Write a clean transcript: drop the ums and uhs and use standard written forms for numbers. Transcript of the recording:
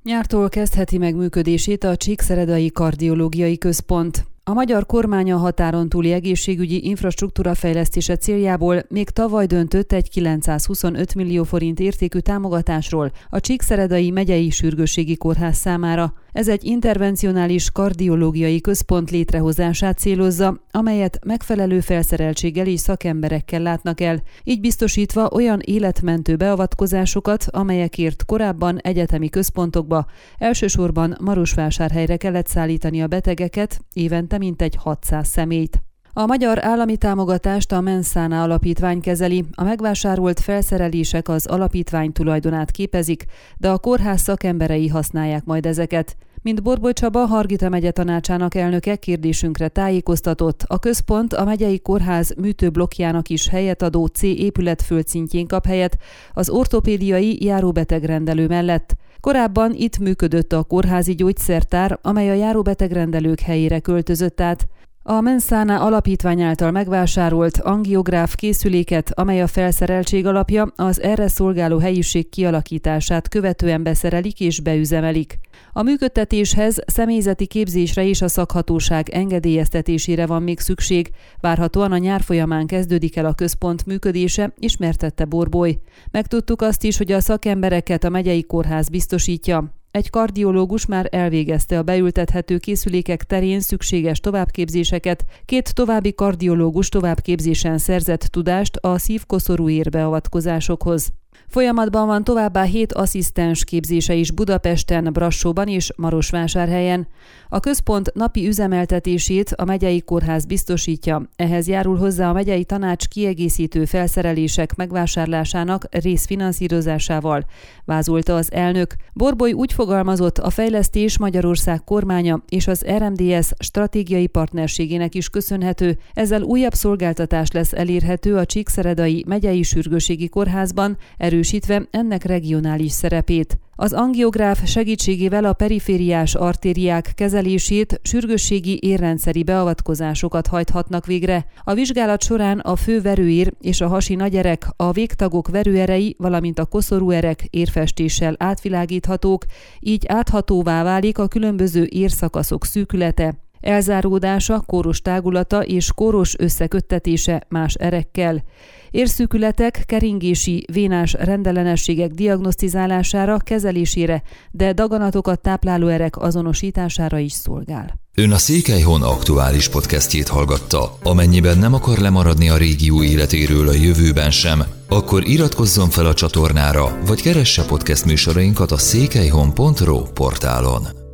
Nyártól kezdheti meg működését a Csíkszeredai Kardiológiai Központ. A magyar kormány a határon túli egészségügyi infrastruktúra fejlesztése céljából még tavaly döntött egy 925 millió forint értékű támogatásról a Csíkszeredai Megyei Sürgősségi Kórház számára. Ez egy intervencionális kardiológiai központ létrehozását célozza, amelyet megfelelő felszereltséggel és szakemberekkel látnak el, így biztosítva olyan életmentő beavatkozásokat, amelyekért korábban egyetemi központokba, elsősorban Marosvásárhelyre kellett szállítani a betegeket, évente mintegy 600 személyt. A magyar állami támogatást a Mensana Alapítvány kezeli, a megvásárolt felszerelések az alapítvány tulajdonát képezik, de a kórház szakemberei használják majd ezeket. Mint Borboly Csaba, Hargita megye tanácsának elnöke kérdésünkre tájékoztatott, a központ a megyei kórház műtőblokkjának is helyet adó C épület földszintjén kap helyet az ortopédiai járóbetegrendelő mellett. Korábban itt működött a kórházi gyógyszertár, amely a járóbetegrendelők helyére költözött át. A Mensana Alapítvány által megvásárolt angiográf készüléket, amely a felszereltség alapja, az erre szolgáló helyiség kialakítását követően beszerelik és beüzemelik. A működtetéshez személyzeti képzésre és a szakhatóság engedélyeztetésére van még szükség. Várhatóan a nyár folyamán kezdődik el a központ működése, ismertette Borboly. Megtudtuk azt is, hogy a szakembereket a megyei kórház biztosítja. Egy kardiológus már elvégezte a beültethető készülékek terén szükséges továbbképzéseket, 2 további kardiológus továbbképzésen szerzett tudást a szívkoszorú érbeavatkozásokhoz. Folyamatban van továbbá 7 asszisztens képzése is Budapesten, Brassóban és Marosvásárhelyen. A központ napi üzemeltetését a megyei kórház biztosítja, ehhez járul hozzá a megyei tanács kiegészítő felszerelések megvásárlásának részfinanszírozásával, vázolta az elnök. Borboly úgy fogalmazott, a fejlesztés Magyarország kormánya és az RMDS stratégiai partnerségének is köszönhető, ezzel újabb szolgáltatás lesz elérhető a Csíkszeredai Megyei Sürgősségi Kórházban, erősítve ennek regionális szerepét. Az angiográf segítségével a perifériás artériák kezelését, sürgősségi érrendszeri beavatkozásokat hajthatnak végre. A vizsgálat során a fő verőér és a hasi nagyerek, a végtagok verőerei, valamint a koszorúerek érfestéssel átvilágíthatók, így áthatóvá válik a különböző érszakaszok szűkülete, elzáródása, kóros tágulata és kóros összeköttetése más erekkel. Érszűkületek, keringési, vénás rendellenességek diagnosztizálására, kezelésére, de daganatokat tápláló erek azonosítására is szolgál. Ön a Székelyhon aktuális podcastjét hallgatta. Amennyiben nem akar lemaradni a régió életéről a jövőben sem, akkor iratkozzon fel a csatornára, vagy keresse podcast műsorainkat a székelyhon.ro portálon.